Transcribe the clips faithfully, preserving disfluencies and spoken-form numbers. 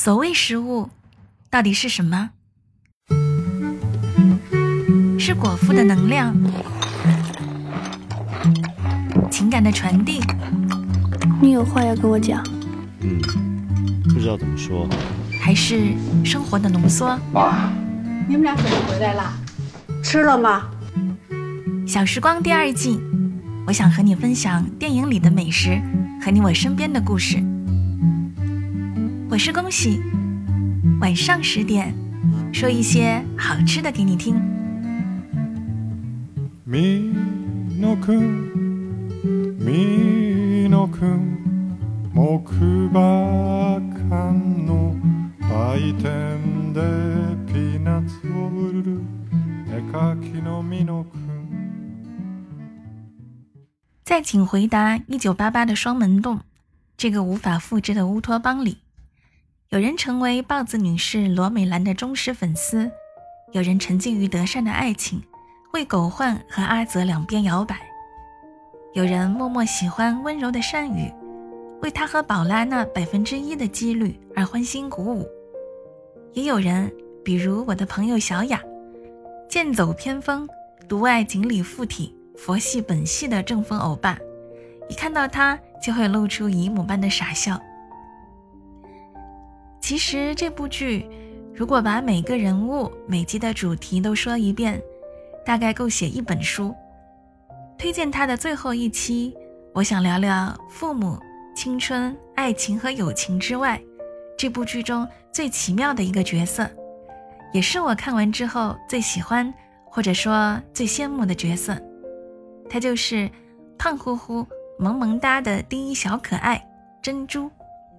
所谓食物到底是什么？是果腹的能量，情感的传递。 你有话要跟我讲？ 嗯，不知道怎么说。 还是生活的浓缩？ 爸，你们俩怎么回来了？吃了吗？ 小时光第二季，我想和你分享电影里的美食和你我身边的故事。我是恭喜，晚上十点说一些好吃的给你听。 みのくんみのくん木馬館の売店でピーナッツを売る絵描きのみのくん。 在请回答一九八八的双门洞这个无法复制的乌托邦里，有人成为豹子女士罗美兰的忠实粉丝，有人沉浸于德善的爱情，为狗焕和阿泽两边摇摆，有人默默喜欢温柔的善语，为他和宝拉那百分之一的几率而欢欣鼓舞，也有人比如我的朋友小雅，剑走偏锋，独爱锦鲤附体，佛系本系的正风欧巴，一看到他就会露出姨母般的傻笑。其实这部剧如果把每个人物每集的主题都说一遍，大概够写一本书。推荐它的最后一期，我想聊聊父母、青春、爱情和友情之外，这部剧中最奇妙的一个角色，也是我看完之后最喜欢或者说最羡慕的角色。他就是胖乎乎萌萌哒的第一小可爱珍珠。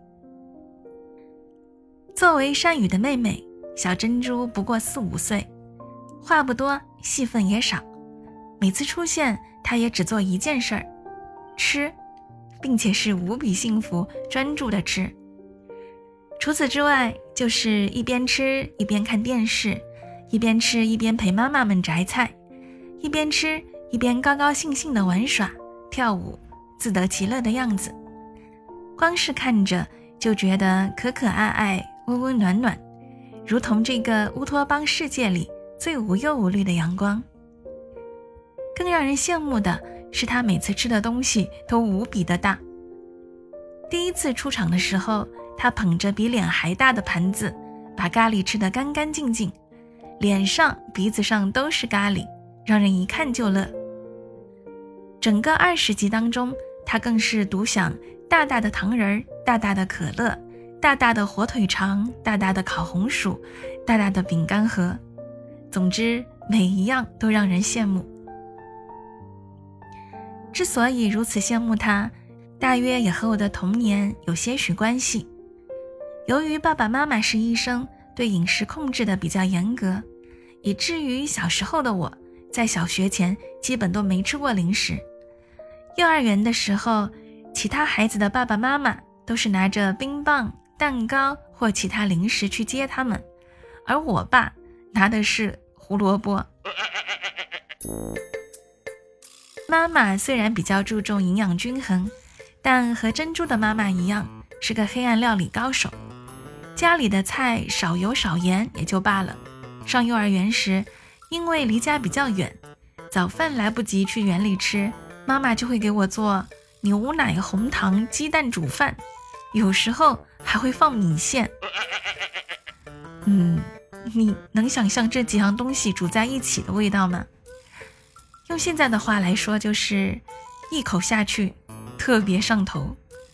作为善宇的妹妹，小珍珠不过四五岁，话不多，戏份也少，每次出现她也只做一件事儿，吃，并且是无比幸福专注的吃。除此之外，就是一边吃一边看电视，一边吃一边陪妈妈们摘菜，一边吃一边高高兴兴地玩耍跳舞，自得其乐的样子，光是看着就觉得可可爱爱温温暖暖，如同这个乌托邦世界里最无忧无虑的阳光。更让人羡慕的是他每次吃的东西都无比的大。第一次出场的时候，他捧着比脸还大的盘子，把咖喱吃得干干净净，脸上鼻子上都是咖喱，让人一看就乐。整个二十集当中，他更是独享大大的糖人，大大的可乐，大大的火腿肠，大大的烤红薯，大大的饼干盒，总之每一样都让人羡慕。之所以如此羡慕他，大约也和我的童年有些许关系。由于爸爸妈妈是医生，对饮食控制的比较严格，以至于小时候的我在小学前基本都没吃过零食。幼儿园的时候，其他孩子的爸爸妈妈都是拿着冰棒、蛋糕或其他零食去接他们，而我爸拿的是胡萝卜。妈妈虽然比较注重营养均衡，但和珍珠的妈妈一样，是个黑暗料理高手。家里的菜少油少盐也就罢了，上幼儿园时，因为离家比较远，早饭来不及去园里吃，妈妈就会给我做牛奶红糖鸡蛋煮饭，有时候还会放米线。嗯，你能想象这几样东西煮在一起的味道吗？用现在的话来说，就是一口下去特别上头。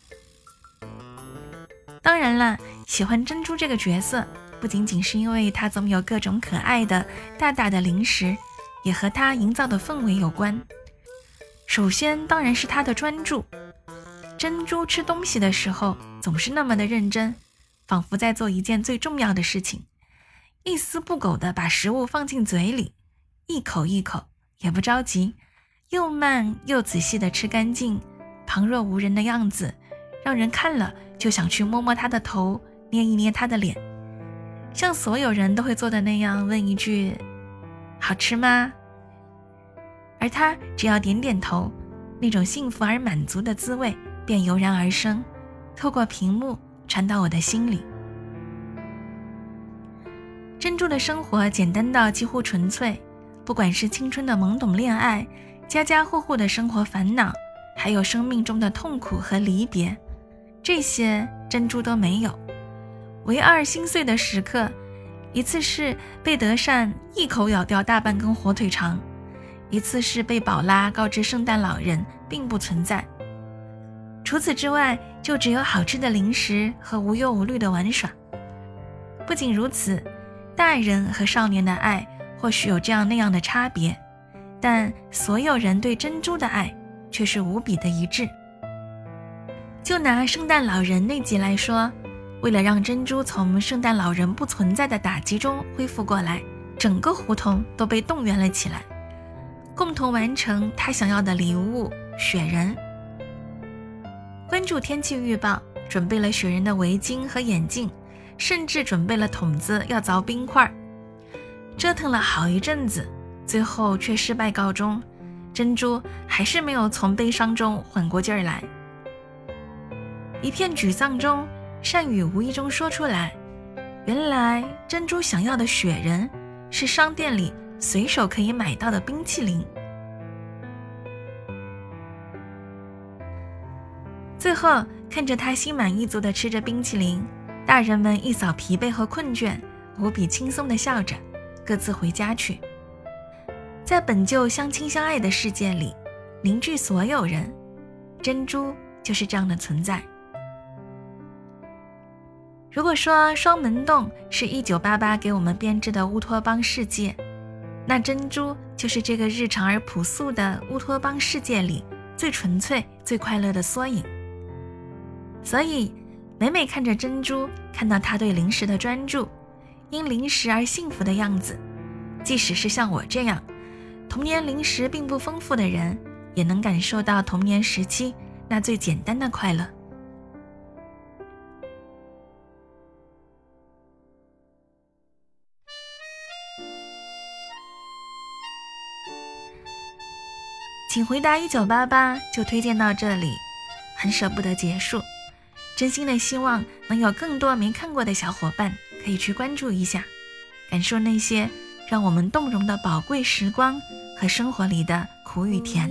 当然了，喜欢珍珠这个角色，不仅仅是因为她总有各种可爱的大大的零食，也和她营造的氛围有关。首先当然是她的专注，珍珠吃东西的时候总是那么的认真，仿佛在做一件最重要的事情，一丝不苟地把食物放进嘴里，一口一口也不着急，又慢又仔细地吃干净，旁若无人的样子，让人看了就想去摸摸她的头，捏一捏她的脸，像所有人都会做的那样问一句好吃吗？而她只要点点头，那种幸福而满足的滋味便油然而生，透过屏幕传到我的心里。 珍珠的生活简单到几乎纯粹，不管是青春的懵懂恋爱，家家户户的生活烦恼，还有生命中的痛苦和离别，这些珍珠都没有。唯二心碎的时刻，一次是被德善一口咬掉大半根火腿肠，一次是被宝拉告知圣诞老人并不存在。除此之外，就只有好吃的零食和无忧无虑的玩耍。不仅如此，大人和少年的爱或许有这样那样的差别，但所有人对珍珠的爱却是无比的一致。就拿圣诞老人那集来说，为了让珍珠从圣诞老人不存在的打击中恢复过来，整个胡同都被动员了起来，共同完成他想要的礼物雪人。关注天气预报，准备了雪人的围巾和眼镜，甚至准备了桶子要凿冰块。折腾了好一阵子，最后却失败告终，珍珠还是没有从悲伤中缓过劲儿来。一片沮丧中，善宇无意中说出来，原来珍珠想要的雪人是商店里随手可以买到的冰淇淋。最后看着他心满意足地吃着冰淇淋，大人们一扫疲惫和困倦，无比轻松地笑着，各自回家去。在本就相亲相爱的世界里，凝聚所有人，珍珠就是这样的存在。如果说双门洞是一九八八给我们编织的乌托邦世界，那珍珠就是这个日常而朴素的乌托邦世界里最纯粹最快乐的缩影。所以每每看着珍珠，看到她对零食的专注，因零食而幸福的样子，即使是像我这样童年零食并不丰富的人，也能感受到童年时期那最简单的快乐。请回答一九八八就推荐到这里，很舍不得结束，真心的希望能有更多没看过的小伙伴可以去关注一下，感受那些让我们动容的宝贵时光和生活里的苦与甜。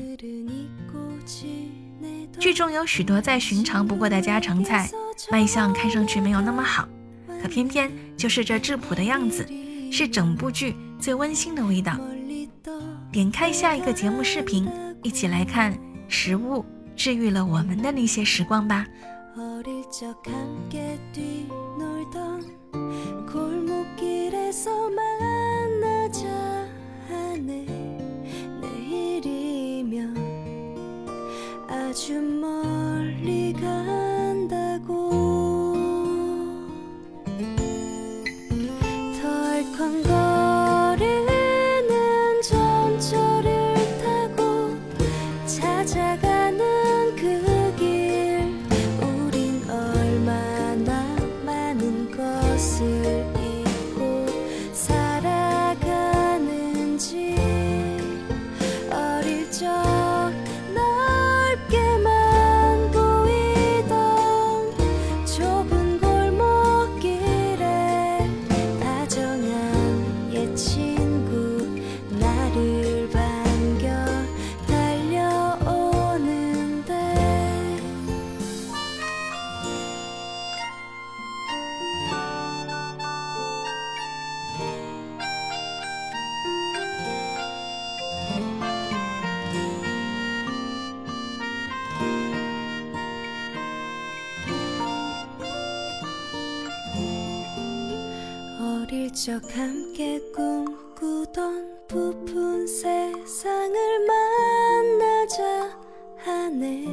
剧中有许多再寻常不过的家常菜，卖相看上去没有那么好，可偏偏就是这质朴的样子，是整部剧最温馨的味道。点开下一个节目视频，一起来看食物治愈了我们的那些时光吧。어릴 적 함께 꿈꾸던 부푼 세상을 만나자 하네.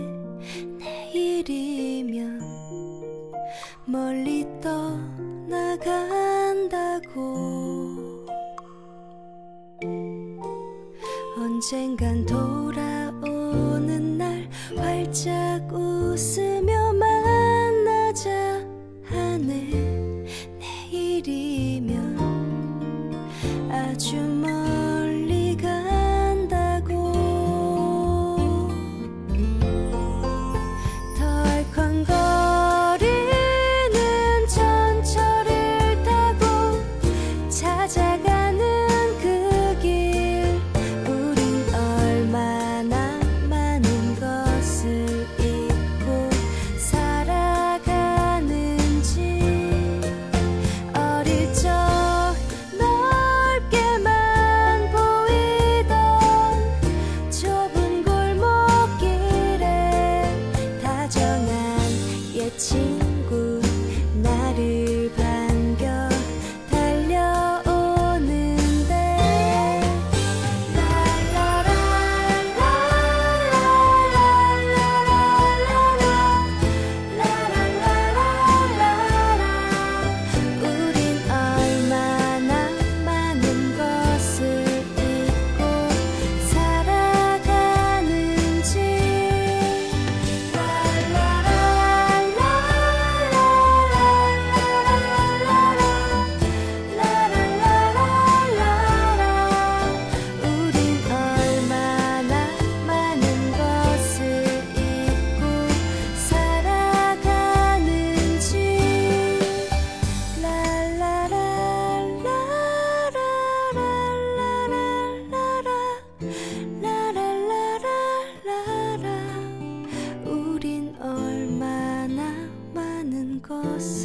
내일이면 멀리 떠나간다고. 언젠간 돌아오는 날 활짝 웃으며 만나자 하네. 내일이면 아주 멀리 간다고. 덜컹거리는 전철을 타고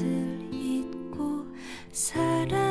잊고 살아